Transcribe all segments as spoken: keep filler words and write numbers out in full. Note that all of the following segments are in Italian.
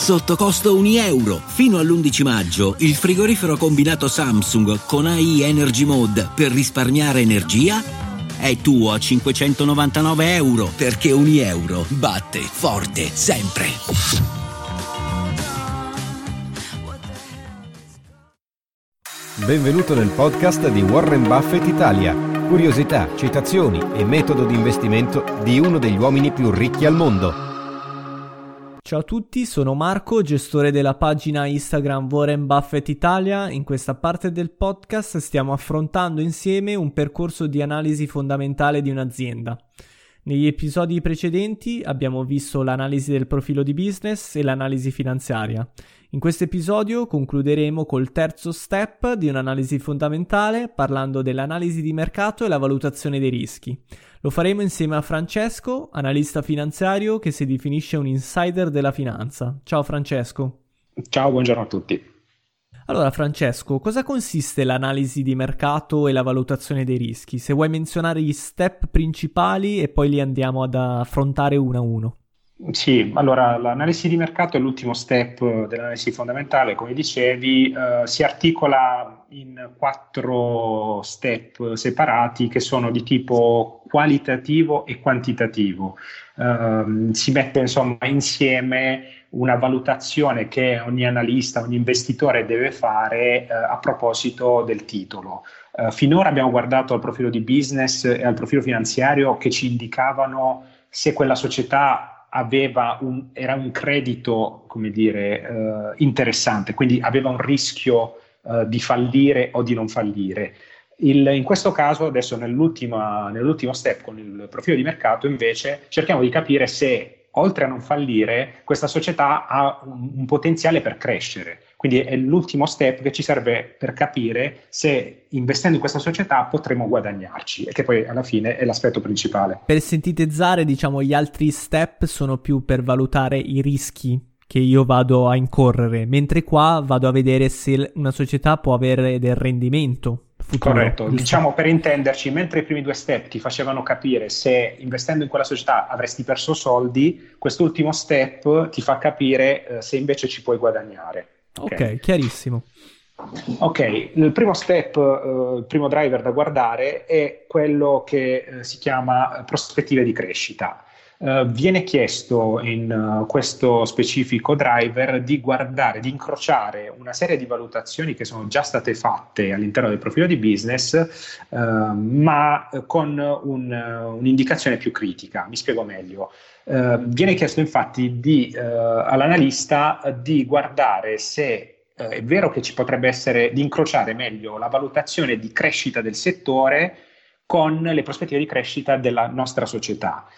sotto costo un euro. Fino all'undici maggio il frigorifero combinato Samsung con A I Energy Mode per risparmiare energia è tuo a cinquecentonovantanove euro, perché un euro batte forte sempre. Benvenuto nel podcast di Warren Buffett Italia. Curiosità, citazioni e metodo di investimento di uno degli uomini più ricchi al mondo. Ciao a tutti, sono Marco, gestore della pagina Instagram Warren Buffett Italia. In questa parte del podcast stiamo affrontando insieme un percorso di analisi fondamentale di un'azienda. Negli episodi precedenti abbiamo visto l'analisi del profilo di business e l'analisi finanziaria. In questo episodio concluderemo col terzo step di un'analisi fondamentale, parlando dell'analisi di mercato e la valutazione dei rischi. Lo faremo insieme a Francesco, analista finanziario che si definisce un insider della finanza. Ciao Francesco. Ciao, buongiorno a tutti. Allora Francesco, cosa consiste l'analisi di mercato e la valutazione dei rischi? Se vuoi menzionare gli step principali e poi li andiamo ad affrontare uno a uno. Sì, allora l'analisi di mercato è l'ultimo step dell'analisi fondamentale, come dicevi, eh, si articola in quattro step separati che sono di tipo qualitativo e quantitativo. Eh, si mette insomma insieme una valutazione che ogni analista, ogni investitore deve fare eh, a proposito del titolo. Eh, finora abbiamo guardato al profilo di business e al profilo finanziario che ci indicavano se quella società aveva un, era un credito, come dire, eh, interessante, quindi aveva un rischio eh, di fallire o di non fallire. Il, in questo caso, adesso nell'ultima, nell'ultimo step con il profilo di mercato, invece, cerchiamo di capire se, oltre a non fallire, questa società ha un, un potenziale per crescere. Quindi è l'ultimo step che ci serve per capire se investendo in questa società potremo guadagnarci, e che poi alla fine è l'aspetto principale. Per sintetizzare, diciamo, gli altri step sono più per valutare i rischi che io vado a incorrere, mentre qua vado a vedere se una società può avere del rendimento futuro. Corretto, diciamo per intenderci, mentre i primi due step ti facevano capire se investendo in quella società avresti perso soldi, quest'ultimo step ti fa capire eh, se invece ci puoi guadagnare. Ok, okay, chiarissimo. Ok, il primo step, eh, il primo driver da guardare è quello che eh, si chiama prospettive di crescita. Uh, viene chiesto in uh, questo specifico driver di guardare, di incrociare una serie di valutazioni che sono già state fatte all'interno del profilo di business, uh, ma con un, uh, un'indicazione più critica. Mi spiego meglio. Uh, viene chiesto infatti di, uh, all'analista uh, di guardare se uh, è vero che ci potrebbe essere, di incrociare meglio la valutazione di crescita del settore con le prospettive di crescita della nostra società.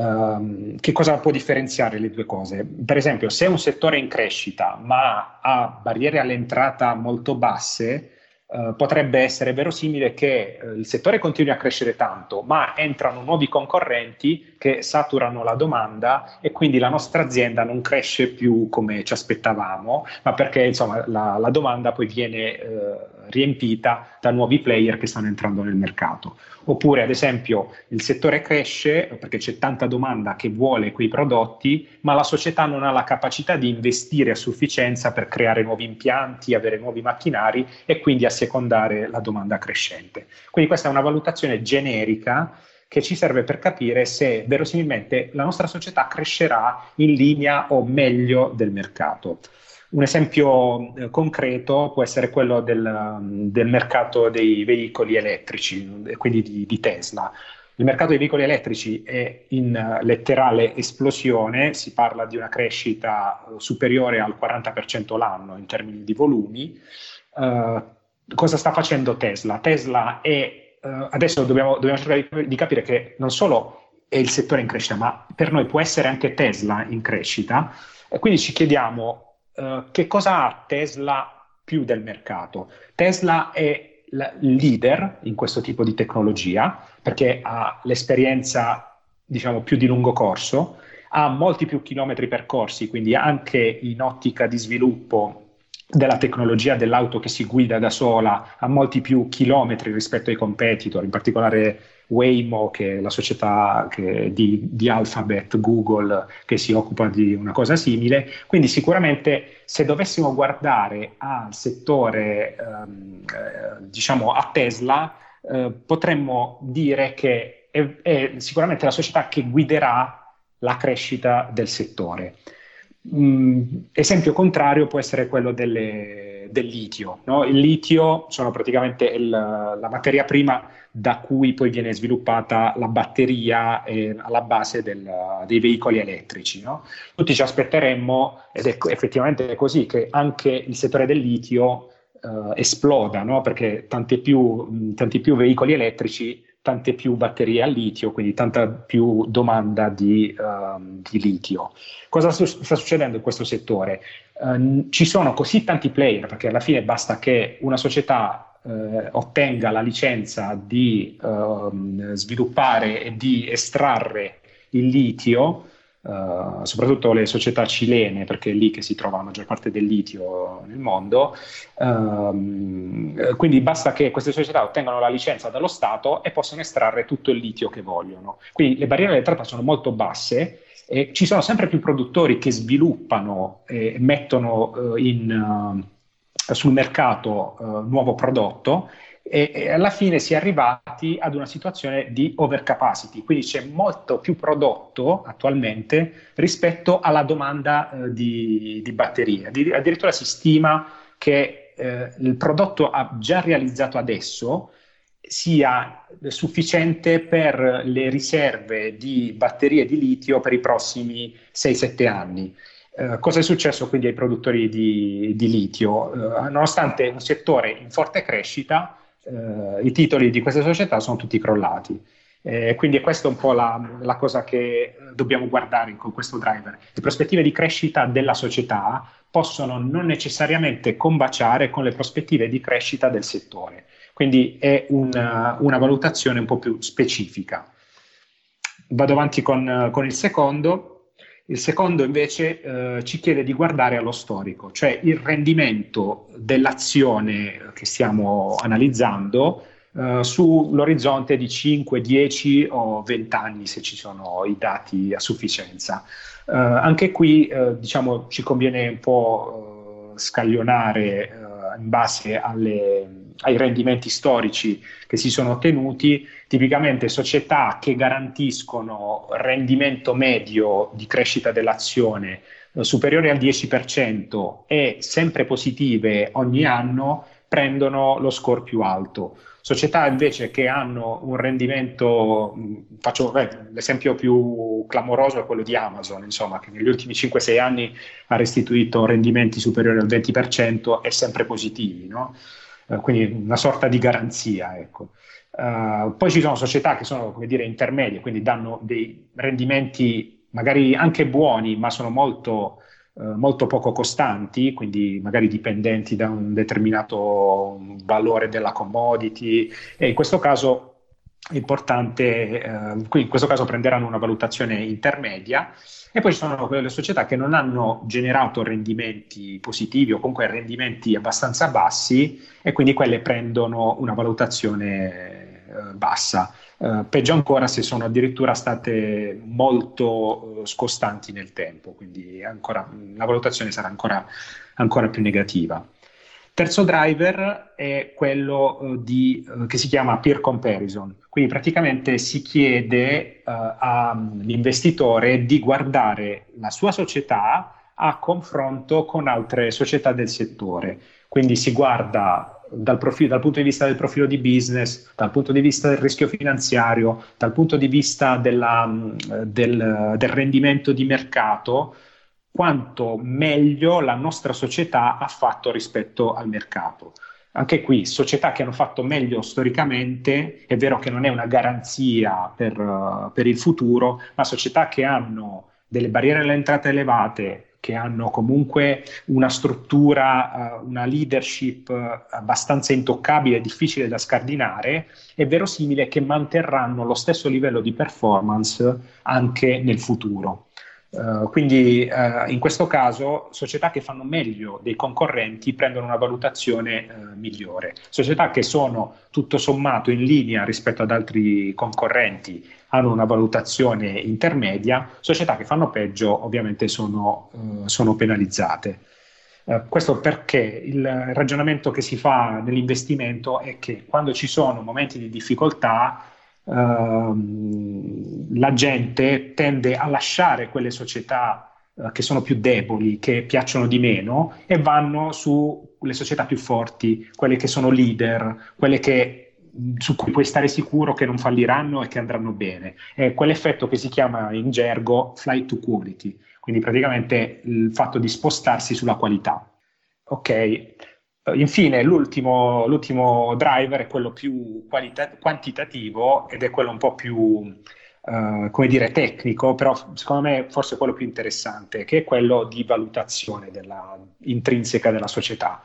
Um, che cosa può differenziare le due cose? Per esempio, se un settore è in crescita ma ha barriere all'entrata molto basse, uh, potrebbe essere verosimile che uh, il settore continui a crescere tanto, ma entrano nuovi concorrenti che saturano la domanda e quindi la nostra azienda non cresce più come ci aspettavamo, ma perché insomma la, la domanda poi viene uh, riempita da nuovi player che stanno entrando nel mercato. Oppure, ad esempio, il settore cresce perché c'è tanta domanda che vuole quei prodotti, ma la società non ha la capacità di investire a sufficienza per creare nuovi impianti, avere nuovi macchinari e quindi assecondare la domanda crescente. Quindi questa è una valutazione generica che ci serve per capire se verosimilmente la nostra società crescerà in linea o meglio del mercato. Un esempio eh, concreto può essere quello del, del mercato dei veicoli elettrici, quindi di, di Tesla. Il mercato dei veicoli elettrici è in letterale esplosione, si parla di una crescita superiore al quaranta per cento l'anno in termini di volumi. Uh, cosa sta facendo Tesla? Tesla è, uh, adesso dobbiamo, dobbiamo cercare di, di capire che non solo è il settore in crescita, ma per noi può essere anche Tesla in crescita, e quindi ci chiediamo Uh, che cosa ha Tesla più del mercato? Tesla è il leader in questo tipo di tecnologia perché ha l'esperienza, diciamo, più di lungo corso, ha molti più chilometri percorsi, quindi anche in ottica di sviluppo della tecnologia dell'auto che si guida da sola ha molti più chilometri rispetto ai competitor, in particolare Waymo, che è la società che, di, di Alphabet, Google, che si occupa di una cosa simile. Quindi sicuramente se dovessimo guardare al settore, ehm, eh, diciamo a Tesla, eh, potremmo dire che è, è sicuramente la società che guiderà la crescita del settore. Mm, esempio contrario può essere quello delle, del litio, no? Il litio sono praticamente il, la materia prima da cui poi viene sviluppata la batteria eh, alla base del, dei veicoli elettrici, no? Tutti ci aspetteremmo, ed è effettivamente così, che anche il settore del litio eh, esploda, no? Perché tante più, mh, tanti più veicoli elettrici, tante più batterie al litio, quindi tanta più domanda di, uh, di litio. Cosa su- sta succedendo in questo settore? Uh, ci sono così tanti player, perché alla fine basta che una società uh, ottenga la licenza di uh, sviluppare e di estrarre il litio, Uh, soprattutto le società cilene, perché è lì che si trova la maggior parte del litio nel mondo. Uh, quindi basta che queste società ottengano la licenza dallo Stato e possono estrarre tutto il litio che vogliono. Quindi le barriere all'entrata sono molto basse e ci sono sempre più produttori che sviluppano e mettono uh, in, uh, sul mercato uh, nuovo prodotto. E, e alla fine si è arrivati ad una situazione di overcapacity, quindi c'è molto più prodotto attualmente rispetto alla domanda eh, di, di batterie. Addirittura si stima che eh, il prodotto già realizzato adesso sia sufficiente per le riserve di batterie di litio per i prossimi sei sette anni. Uh, cosa è successo quindi ai produttori di, di litio? Uh, nonostante un settore in forte crescita, Uh, i titoli di queste società sono tutti crollati. Eh, quindi questa è un po' la, la cosa che dobbiamo guardare con questo driver. Le prospettive di crescita della società possono non necessariamente combaciare con le prospettive di crescita del settore. Quindi è una, una valutazione un po' più specifica. Vado avanti con, con il secondo. Il secondo invece eh, ci chiede di guardare allo storico, cioè il rendimento dell'azione che stiamo analizzando eh, sull'orizzonte di cinque, dieci o venti anni, se ci sono i dati a sufficienza. Eh, anche qui eh, diciamo ci conviene un po' eh, scaglionare eh, in base alle ai rendimenti storici che si sono ottenuti. Tipicamente società che garantiscono rendimento medio di crescita dell'azione eh, superiore al dieci per cento e sempre positive ogni anno prendono lo score più alto. Società invece che hanno un rendimento, faccio beh, l'esempio più clamoroso è quello di Amazon, insomma, che negli ultimi cinque sei anni ha restituito rendimenti superiori al venti per cento e sempre positivi, no? Uh, quindi una sorta di garanzia, ecco. Uh, poi ci sono società che sono, come dire, intermedie, quindi danno dei rendimenti magari anche buoni, ma sono molto, uh, molto poco costanti, quindi magari dipendenti da un determinato valore della commodity, e in questo caso è importante, uh, quindi in questo caso prenderanno una valutazione intermedia. E poi ci sono quelle società che non hanno generato rendimenti positivi o comunque rendimenti abbastanza bassi, e quindi quelle prendono una valutazione eh, bassa. Eh, peggio ancora se sono addirittura state molto eh, scostanti nel tempo, quindi ancora, la valutazione sarà ancora, ancora più negativa. Terzo driver è quello uh, di, uh, che si chiama peer comparison. Quindi praticamente si chiede uh, all'investitore di guardare la sua società a confronto con altre società del settore. Quindi si guarda dal, profilo, dal punto di vista del profilo di business, dal punto di vista del rischio finanziario, dal punto di vista della, del, del rendimento di mercato, quanto meglio la nostra società ha fatto rispetto al mercato. Anche qui, società che hanno fatto meglio storicamente, è vero che non è una garanzia per, uh, per il futuro, ma società che hanno delle barriere all'entrata elevate, che hanno comunque una struttura, uh, una leadership uh, abbastanza intoccabile e difficile da scardinare, è verosimile che manterranno lo stesso livello di performance anche nel futuro. Uh, quindi uh, in questo caso società che fanno meglio dei concorrenti prendono una valutazione uh, migliore. Società che sono tutto sommato in linea rispetto ad altri concorrenti hanno una valutazione intermedia. Società che fanno peggio ovviamente sono, uh, sono penalizzate. Uh, questo perché il ragionamento che si fa nell'investimento è che quando ci sono momenti di difficoltà Uh, la gente tende a lasciare quelle società uh, che sono più deboli, che piacciono di meno, e vanno sulle società più forti, quelle che sono leader, quelle che, su cui puoi stare sicuro che non falliranno e che andranno bene. È quell'effetto che si chiama in gergo flight to quality, quindi praticamente il fatto di spostarsi sulla qualità. Ok. Infine, l'ultimo, l'ultimo driver è quello più qualita- quantitativo ed è quello un po' più, uh, come dire, tecnico, però secondo me forse quello più interessante, che è quello di valutazione della, intrinseca della società.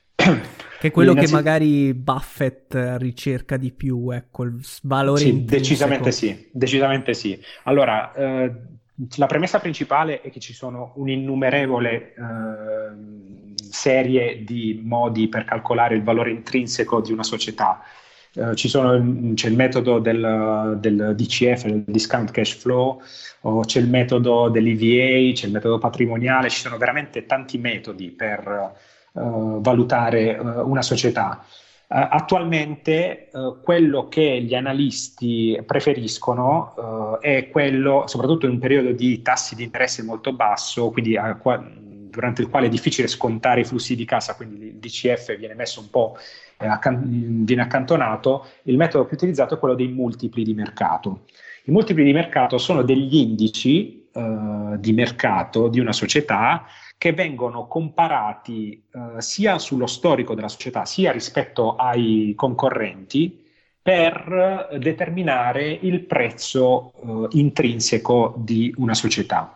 Che è quello Innanzi... che magari Buffett ricerca di più, ecco, il valore sì, intrinseco. Decisamente sì, decisamente sì. Allora, eh, la premessa principale è che ci sono un'innumerevole eh, serie di modi per calcolare il valore intrinseco di una società. Uh, ci sono, c'è il metodo del, del D C F, del discount cash flow, o c'è il metodo dell'E V A, c'è il metodo patrimoniale, ci sono veramente tanti metodi per uh, valutare uh, una società. Uh, attualmente uh, quello che gli analisti preferiscono uh, è quello, soprattutto in un periodo di tassi di interesse molto basso, quindi a, durante il quale è difficile scontare i flussi di cassa, quindi il D C F viene messo un po', eh, accan- viene accantonato. Il metodo più utilizzato è quello dei multipli di mercato. I multipli di mercato sono degli indici eh, di mercato di una società che vengono comparati eh, sia sullo storico della società, sia rispetto ai concorrenti, per determinare il prezzo eh, intrinseco di una società.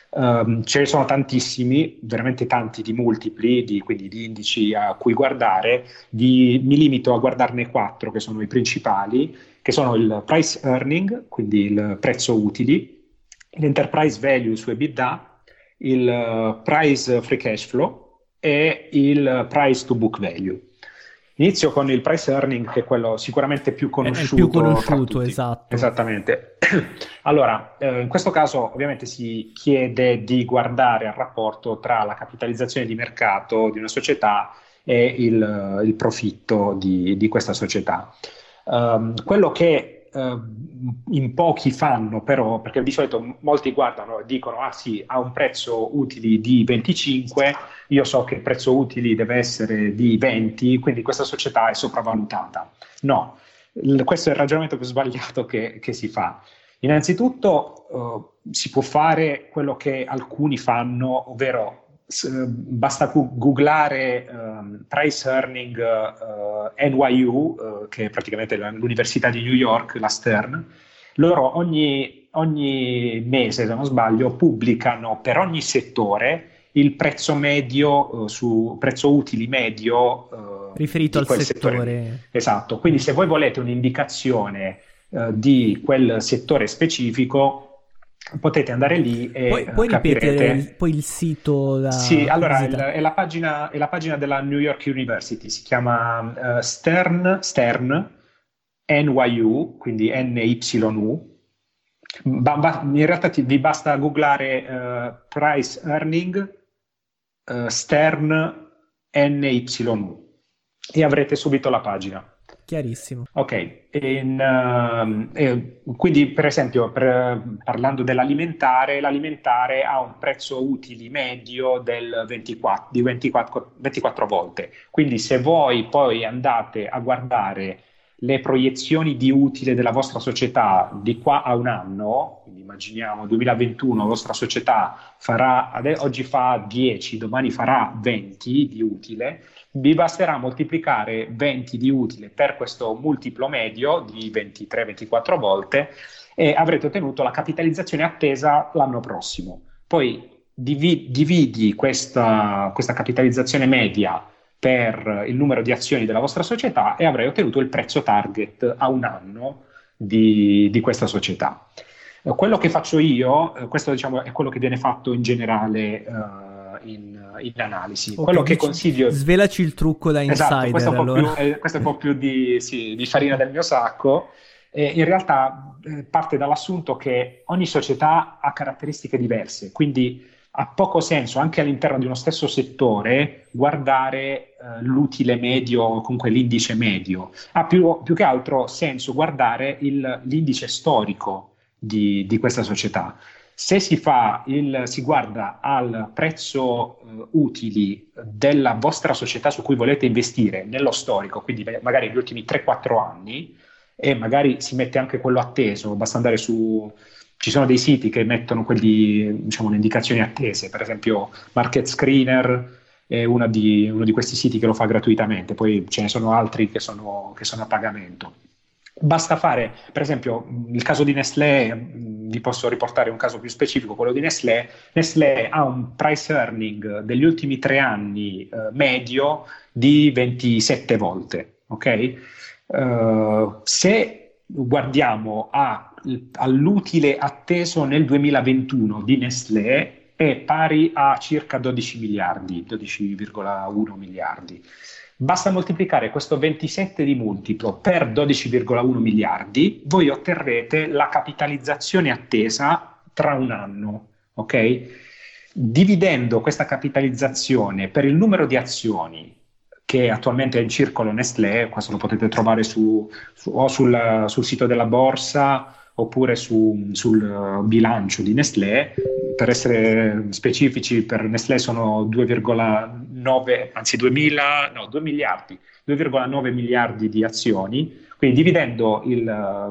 Um, ce ne sono tantissimi, veramente tanti di multipli, di, quindi di indici a cui guardare. Di, mi limito a guardarne quattro che sono i principali, che sono il price earning, quindi il prezzo utili, l'enterprise value su EBITDA, il uh, price free cash flow e il price to book value. Inizio con il price earning, che è quello sicuramente più conosciuto. È il più conosciuto, esatto. Esattamente. Allora, eh, in questo caso ovviamente si chiede di guardare al rapporto tra la capitalizzazione di mercato di una società e il, il profitto di, di questa società. Um, quello che uh, in pochi fanno però, perché di solito molti guardano e dicono ah sì, ha un prezzo utili di venticinque, io so che il prezzo utili deve essere di venti, quindi questa società è sopravvalutata. No, il, questo è il ragionamento più sbagliato che, che si fa. Innanzitutto uh, si può fare quello che alcuni fanno, ovvero s- basta gu- googlare um, price earning uh, N Y U, uh, che è praticamente l'università di New York, la Stern. Loro ogni, ogni mese, se non sbaglio, pubblicano per ogni settore il prezzo medio, uh, su prezzo utili medio uh, riferito al settore. settore. Esatto, quindi se voi volete un'indicazione uh, di quel settore specifico, potete andare lì e Poi, puoi uh, capirete. ripetere il, poi il sito da Sì, allora il, visitare? è, la pagina, è la pagina della New York University, si chiama uh, Stern, Stern N Y U, quindi N Y U. Ba- ba- in realtà ti, vi basta googlare uh, price earning uh, Stern N Y U e avrete subito la pagina. Chiarissimo. Ok, in, uh, eh, quindi per esempio per, parlando dell'alimentare, l'alimentare ha un prezzo utili medio del ventiquattro, di ventiquattro, ventiquattro volte, quindi se voi poi andate a guardare le proiezioni di utile della vostra società di qua a un anno, quindi immaginiamo duemilaventuno, la vostra società farà, oggi fa dieci, domani farà venti di utile, vi basterà moltiplicare venti di utile per questo multiplo medio di ventitré ventiquattro volte e avrete ottenuto la capitalizzazione attesa l'anno prossimo. Poi divi- dividi questa, questa capitalizzazione media per il numero di azioni della vostra società e avrai ottenuto il prezzo target a un anno di, di questa società. Eh, quello che faccio io, eh, questo diciamo è quello che viene fatto in generale eh, in, in analisi. Ok, Quello che dici- consiglio... svelaci il trucco da Esatto, questo è insider un po' allora. più, eh, questo è un po' più di, sì, di farina del mio sacco. E in realtà eh, parte dall'assunto che ogni società ha caratteristiche diverse, quindi ha poco senso anche all'interno di uno stesso settore guardare eh, l'utile medio o comunque l'indice medio. Ha più, più che altro senso guardare il- l'indice storico di, di questa società. Se si fa il, si guarda al prezzo eh, utili della vostra società su cui volete investire nello storico, quindi magari gli ultimi tre quattro anni, e magari si mette anche quello atteso, basta andare su, ci sono dei siti che mettono quelli, diciamo, le indicazioni attese, per esempio Market Screener è uno di, uno di questi siti che lo fa gratuitamente, poi ce ne sono altri che sono, che sono a pagamento. Basta fare, per esempio, il caso di Nestlé, vi posso riportare un caso più specifico, quello di Nestlé. Nestlé ha un price earning degli ultimi tre anni eh, medio di ventisette volte, ok? Uh, se guardiamo a, all'utile atteso nel duemilaventuno di Nestlé è pari a circa dodici miliardi, dodici virgola uno miliardi. Basta moltiplicare questo ventisette di multiplo per dodici virgola uno miliardi, voi otterrete la capitalizzazione attesa tra un anno, ok? Dividendo questa capitalizzazione per il numero di azioni che attualmente è in circolo Nestlé, questo lo potete trovare su, su, o sul, sul sito della borsa oppure su, sul bilancio di Nestlé. Per essere specifici, per Nestlé sono due virgola nove, anzi duemila, no, due miliardi, due virgola nove miliardi di azioni, quindi dividendo il,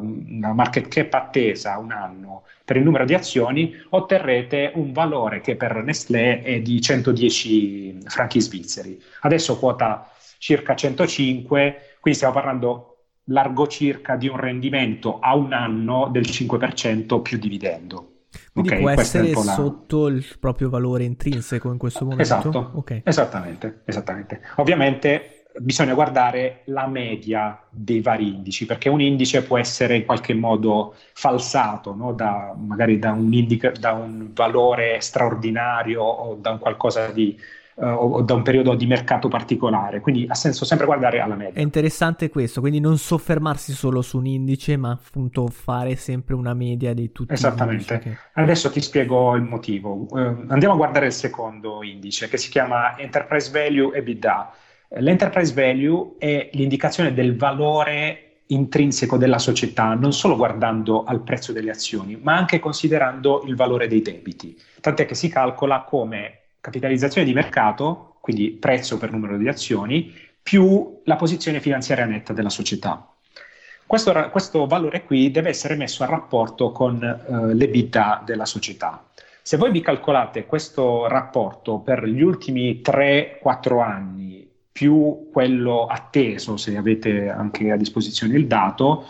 la market cap attesa un anno per il numero di azioni, otterrete un valore che per Nestlé è di centodieci franchi svizzeri. Adesso quota circa centocinque, quindi stiamo parlando largo circa di un rendimento a un anno del cinque per cento più dividendo. Quindi Okay, può questa è essere un po' la- sotto il proprio valore intrinseco in questo momento? Esatto, Ok. esattamente, esattamente. Ovviamente bisogna guardare la media dei vari indici, perché un indice può essere in qualche modo falsato, no? Da, magari da un, indica- da un valore straordinario o da un qualcosa di, eh, o o da un periodo di mercato particolare. Quindi ha senso sempre guardare alla È media. interessante questo, quindi non soffermarsi solo su un indice, ma appunto fare sempre una media di tutti gli indici. Esattamente. che- Adesso ti spiego il motivo. Eh, andiamo a guardare il secondo indice che si chiama Enterprise Value EBITDA. Eh, L'Enterprise Value è l'indicazione del valore intrinseco della società, non solo guardando al prezzo delle azioni, ma anche considerando il valore dei debiti. Tant'è che si calcola come capitalizzazione di mercato, quindi prezzo per numero di azioni, più la posizione finanziaria netta della società. Questo, ra- questo valore qui deve essere messo a rapporto con eh, l'EBITDA della società. Se voi vi calcolate questo rapporto per gli ultimi tre quattro anni più quello atteso, se avete anche a disposizione il dato,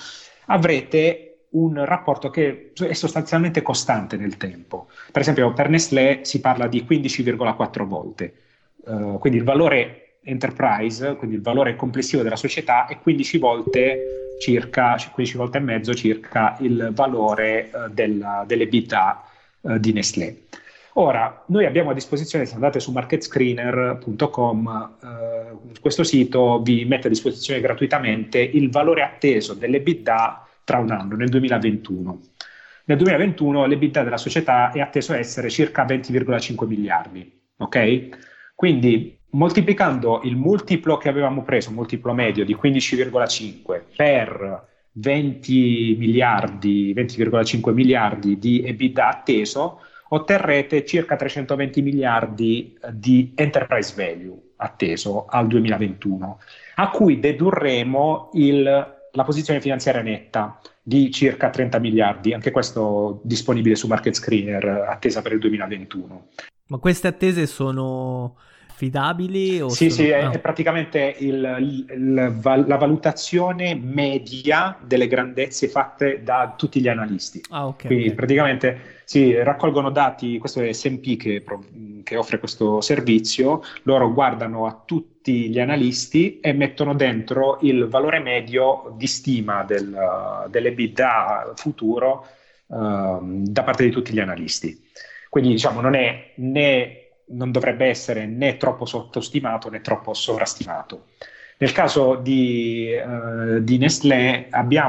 avrete un rapporto che è sostanzialmente costante nel tempo. Per esempio, per Nestlé si parla di quindici virgola quattro volte, eh, quindi il valore enterprise, quindi il valore complessivo della società, è quindici volte circa, quindici volte e mezzo circa il valore eh, della, dell'EBITDA eh, di Nestlé. Ora, noi abbiamo a disposizione, se andate su market screener punto com, eh, questo sito vi mette a disposizione gratuitamente il valore atteso dell'EBITDA tra un anno, nel duemilaventuno. Nel duemilaventuno l'EBITDA della società è atteso a essere circa venti virgola cinque miliardi, ok? Quindi moltiplicando il multiplo che avevamo preso, multiplo medio di quindici virgola cinque per venti miliardi, venti virgola cinque miliardi di EBITDA atteso, otterrete circa trecentoventi miliardi di enterprise value atteso al duemilaventuno, a cui dedurremo il, la posizione finanziaria netta di circa trenta miliardi, anche questo disponibile su Market Screener, attesa per il duemilaventuno. Ma queste attese sono affidabili? O Sì, sono... sì, è, ah. è praticamente il, il, il, la valutazione media delle grandezze fatte da tutti gli analisti. Ah, ok. Quindi okay. praticamente si raccolgono dati, questo è S and P che, che offre questo servizio, loro guardano a tutti gli analisti e mettono dentro il valore medio di stima del, dell'EBITDA futuro uh, da parte di tutti gli analisti. Quindi diciamo non è né non dovrebbe essere né troppo sottostimato né troppo sovrastimato. Nel caso di, uh, di Nestlé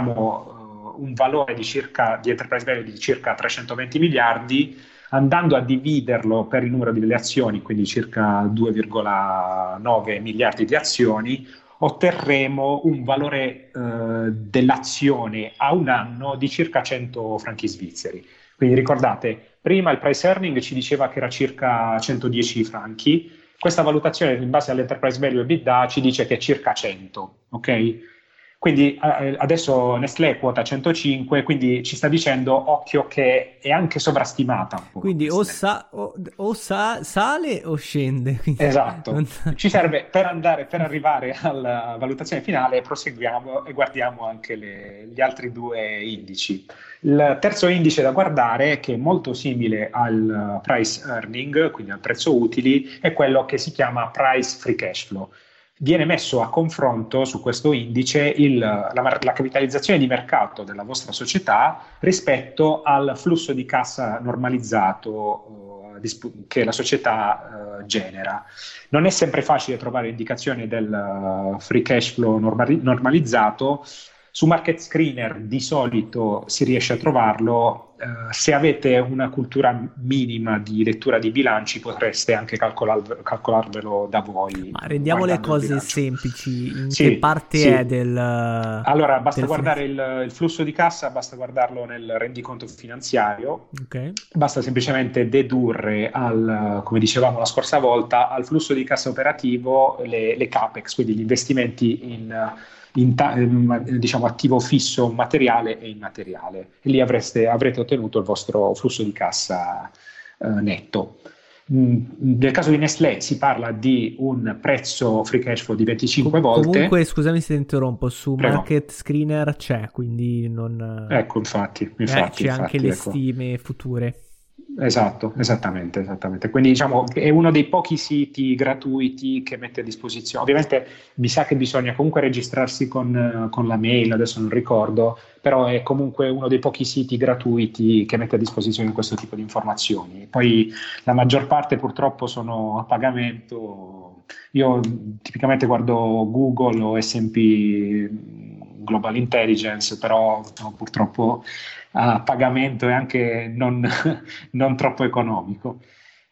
abbiamo uh, un valore di circa di enterprise value di circa trecentoventi miliardi, andando a dividerlo per il numero delle azioni, quindi circa due virgola nove miliardi di azioni, otterremo un valore uh, dell'azione a un anno di circa cento franchi svizzeri. Quindi ricordate, prima il price earning ci diceva che era circa centodieci franchi, questa valutazione in base all'enterprise value EBITDA ci dice che è circa cento, ok? Quindi eh, adesso Nestlé quota centocinque, quindi ci sta dicendo occhio che è anche sovrastimata. Quindi o, sa, o, o sa, sale o scende. Quindi esatto, non... ci serve per andare, per arrivare alla valutazione finale, proseguiamo e guardiamo anche le, gli altri due indici. Il terzo indice da guardare, che è molto simile al price earning, quindi al prezzo utili, è quello che si chiama price free cash flow. Viene messo a confronto su questo indice il, la, la capitalizzazione di mercato della vostra società rispetto al flusso di cassa normalizzato uh, disp- che la società uh, genera. Non è sempre facile trovare indicazioni del uh, free cash flow normali- normalizzato. Su Market Screener di solito si riesce a trovarlo. Uh, se avete una cultura minima di lettura di bilanci potreste anche calcolar- calcolarvelo da voi. Ma rendiamo le cose semplici. In sì, che parte sì. è del... Allora, basta del guardare il, il flusso di cassa, basta guardarlo nel rendiconto finanziario. Okay. Basta semplicemente dedurre, al, come dicevamo la scorsa volta, al flusso di cassa operativo le, le capex, quindi gli investimenti in... In ta- diciamo attivo fisso materiale e immateriale, e lì avreste, avrete ottenuto il vostro flusso di cassa eh, netto. Mm, nel caso di Nestlé si parla di un prezzo free cash flow di venticinque Com- volte. Comunque scusami se ti interrompo, su Prego. Market Screener c'è, quindi non... Ecco, infatti, infatti, eh, c'è infatti, anche le ecco. stime future. Esatto, esattamente, esattamente. Quindi diciamo è uno dei pochi siti gratuiti che mette a disposizione. Ovviamente mi sa che bisogna comunque registrarsi con, con la mail, adesso non ricordo, però è comunque uno dei pochi siti gratuiti che mette a disposizione questo tipo di informazioni. Poi la maggior parte purtroppo sono a pagamento. Io tipicamente guardo Google o S and P Global Intelligence, però no, purtroppo a pagamento e anche non, non troppo economico.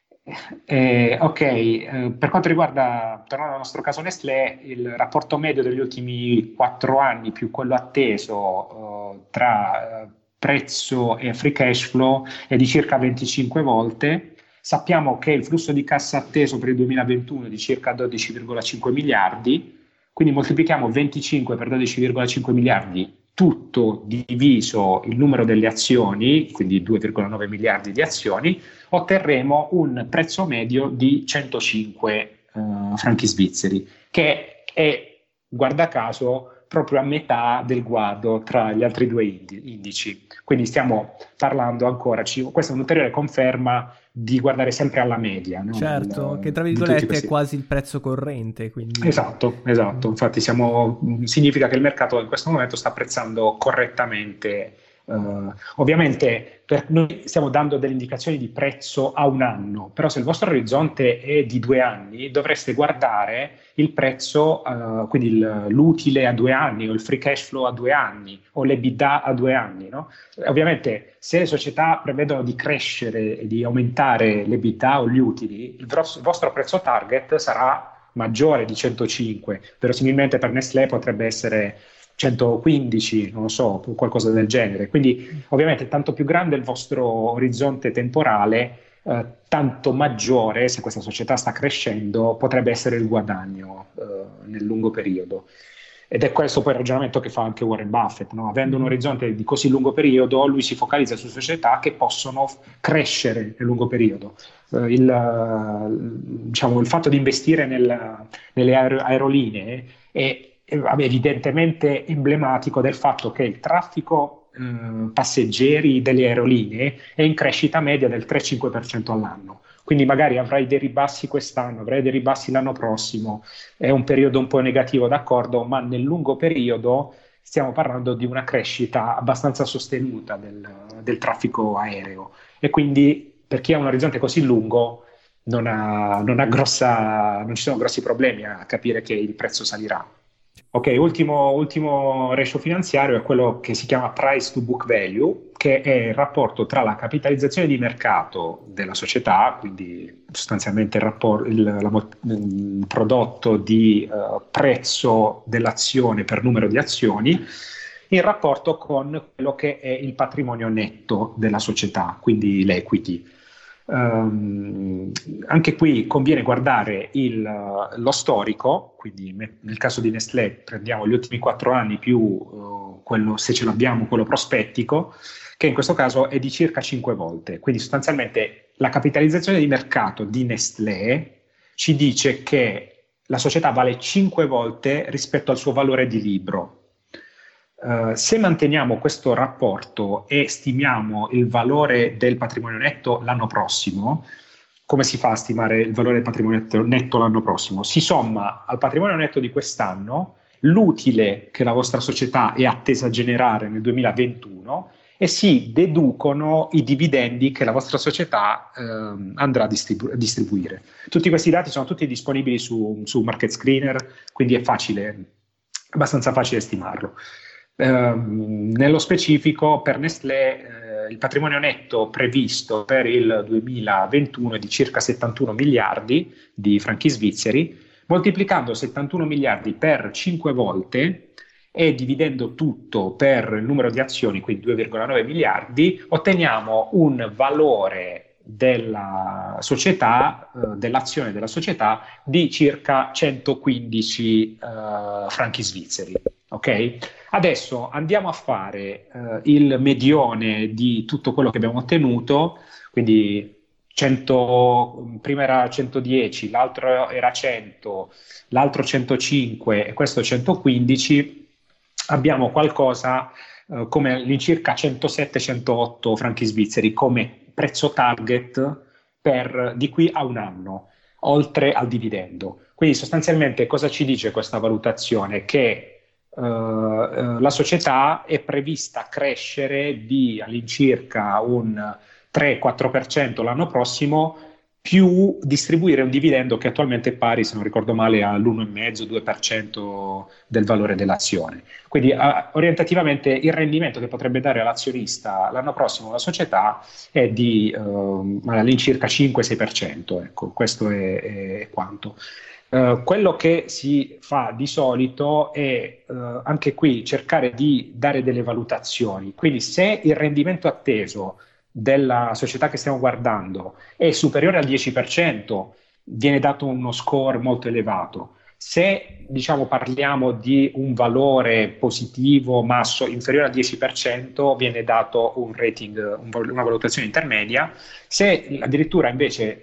Eh, ok, eh, per quanto riguarda, tornando al nostro caso Nestlé, il rapporto medio degli ultimi quattro anni più quello atteso eh, tra eh, prezzo e free cash flow è di circa venticinque volte. Sappiamo che il flusso di cassa atteso per il duemilaventuno è di circa dodici virgola cinque miliardi, quindi moltiplichiamo venticinque per dodici virgola cinque miliardi, tutto diviso il numero delle azioni, quindi due virgola nove miliardi di azioni, otterremo un prezzo medio di centocinque uh, franchi svizzeri, che è, guarda caso, proprio a metà del guado tra gli altri due indi- indici. Quindi stiamo parlando ancora, ci, questa è un'ulteriore conferma di guardare sempre alla media. No? Certo, Del, che tra di virgolette questi... è quasi il prezzo corrente. Quindi... Esatto, esatto. Infatti siamo, significa che il mercato in questo momento sta apprezzando correttamente. Uh, ovviamente per noi stiamo dando delle indicazioni di prezzo a un anno, però se il vostro orizzonte è di due anni dovreste guardare il prezzo, uh, quindi il, l'utile a due anni o il free cash flow a due anni o l'EBITDA a due anni, no? Ovviamente se le società prevedono di crescere e di aumentare l'EBITDA o gli utili, il vostro, il vostro prezzo target sarà maggiore di centocinque, verosimilmente per Nestlé potrebbe essere centoquindici, non lo so, qualcosa del genere. Quindi ovviamente tanto più grande il vostro orizzonte temporale, eh, tanto maggiore, se questa società sta crescendo, potrebbe essere il guadagno eh, nel lungo periodo. Ed è questo poi il ragionamento che fa anche Warren Buffett, no? Avendo un orizzonte di così lungo periodo, lui si focalizza su società che possono f- crescere nel lungo periodo. Uh, il, uh, diciamo, il fatto di investire nel, nelle aer- aerolinee è evidentemente emblematico del fatto che il traffico eh, passeggeri delle aerolinee è in crescita media del tre cinque per cento all'anno, quindi magari avrai dei ribassi quest'anno, avrai dei ribassi l'anno prossimo, è un periodo un po' negativo, d'accordo, ma nel lungo periodo stiamo parlando di una crescita abbastanza sostenuta del, del traffico aereo, e quindi per chi ha un orizzonte così lungo non, ha, non, ha grossa, non ci sono grossi problemi a capire che il prezzo salirà. Ok, ultimo, ultimo ratio finanziario è quello che si chiama price to book value, che è il rapporto tra la capitalizzazione di mercato della società, quindi sostanzialmente il, rapport, il, la, il prodotto di uh, prezzo dell'azione per numero di azioni, in rapporto con quello che è il patrimonio netto della società, quindi l'equity. Um, anche qui conviene guardare il, lo storico, quindi nel caso di Nestlé prendiamo gli ultimi quattro anni più uh, quello, se ce l'abbiamo, quello prospettico, che in questo caso è di circa cinque volte. Quindi sostanzialmente la capitalizzazione di mercato di Nestlé ci dice che la società vale cinque volte rispetto al suo valore di libro. Uh, se manteniamo questo rapporto e stimiamo il valore del patrimonio netto l'anno prossimo, come si fa a stimare il valore del patrimonio netto, netto l'anno prossimo? Si somma al patrimonio netto di quest'anno l'utile che la vostra società è attesa a generare nel duemilaventuno e si deducono i dividendi che la vostra società eh, andrà a distribu- distribuire. Tutti questi dati sono tutti disponibili su, su Market Screener, quindi è facile, abbastanza facile stimarlo. Uh, nello specifico per Nestlé uh, il patrimonio netto previsto per il duemilaventuno è di circa settantuno miliardi di franchi svizzeri. Moltiplicando settantuno miliardi per cinque volte e dividendo tutto per il numero di azioni, quindi due virgola nove miliardi, otteniamo un valore della società, uh, dell'azione della società di circa centoquindici uh, franchi svizzeri. Ok? Adesso andiamo a fare uh, il medione di tutto quello che abbiamo ottenuto, quindi cento, prima era centodieci, l'altro era cento, l'altro centocinque e questo centoquindici, abbiamo qualcosa uh, come all'incirca centosette centootto franchi svizzeri come prezzo target per di qui a un anno, oltre al dividendo. Quindi sostanzialmente cosa ci dice questa valutazione? Che Uh, uh, la società è prevista crescere di all'incirca un tre quattro per cento l'anno prossimo, più distribuire un dividendo che attualmente è pari, se non ricordo male, all'uno virgola cinque due per cento del valore dell'azione. Quindi uh, orientativamente il rendimento che potrebbe dare all'azionista l'anno prossimo la società è di uh, all'incirca cinque sei per cento. Ecco, questo è, è quanto. Uh, quello che si fa di solito è uh, anche qui cercare di dare delle valutazioni, quindi se il rendimento atteso della società che stiamo guardando è superiore al dieci per cento viene dato uno score molto elevato. Se diciamo parliamo di un valore positivo ma inferiore al dieci per cento viene dato un rating, un, una valutazione intermedia. Se addirittura invece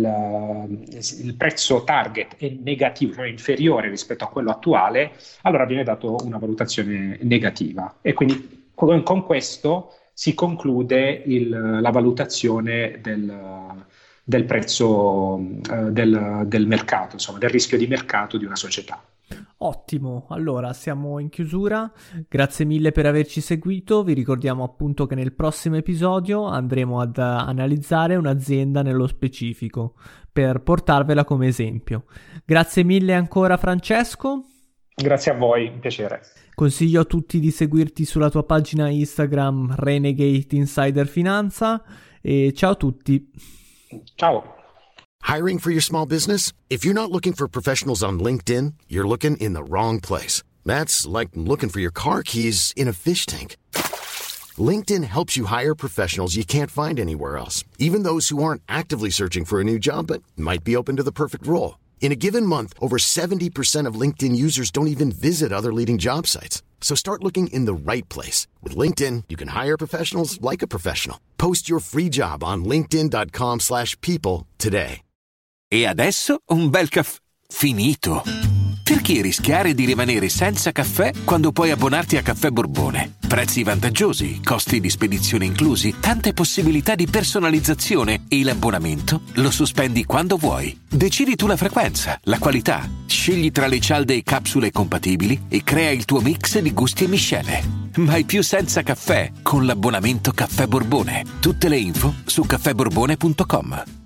il, il prezzo target è negativo, cioè inferiore rispetto a quello attuale, allora viene dato una valutazione negativa. E quindi con, con questo si conclude il, la valutazione del del prezzo uh, del, del mercato, insomma, del rischio di mercato di una società. Ottimo, allora siamo in chiusura, grazie mille per averci seguito, vi ricordiamo appunto che nel prossimo episodio andremo ad analizzare un'azienda nello specifico per portarvela come esempio. Grazie mille ancora Francesco. Grazie a voi, un piacere. Consiglio a tutti di seguirti sulla tua pagina Instagram Renegade Insider Finanza e ciao a tutti. Ciao. Hiring for your small business? If you're not looking for professionals on LinkedIn, you're looking in the wrong place. That's like looking for your car keys in a fish tank. LinkedIn helps you hire professionals you can't find anywhere else, even those who aren't actively searching for a new job but might be open to the perfect role. In a given month, over seventy percent of LinkedIn users don't even visit other leading job sites. So start looking in the right place. With LinkedIn, you can hire professionals like a professional. Post your free job on linkedin dot com slash people today. E adesso un bel caffè finito. Perché rischiare di rimanere senza caffè quando puoi abbonarti a Caffè Borbone? Prezzi vantaggiosi, costi di spedizione inclusi, tante possibilità di personalizzazione e l'abbonamento lo sospendi quando vuoi. Decidi tu la frequenza, la qualità, scegli tra le cialde e capsule compatibili e crea il tuo mix di gusti e miscele. Mai più senza caffè con l'abbonamento Caffè Borbone. Tutte le info su caffè borbone punto com.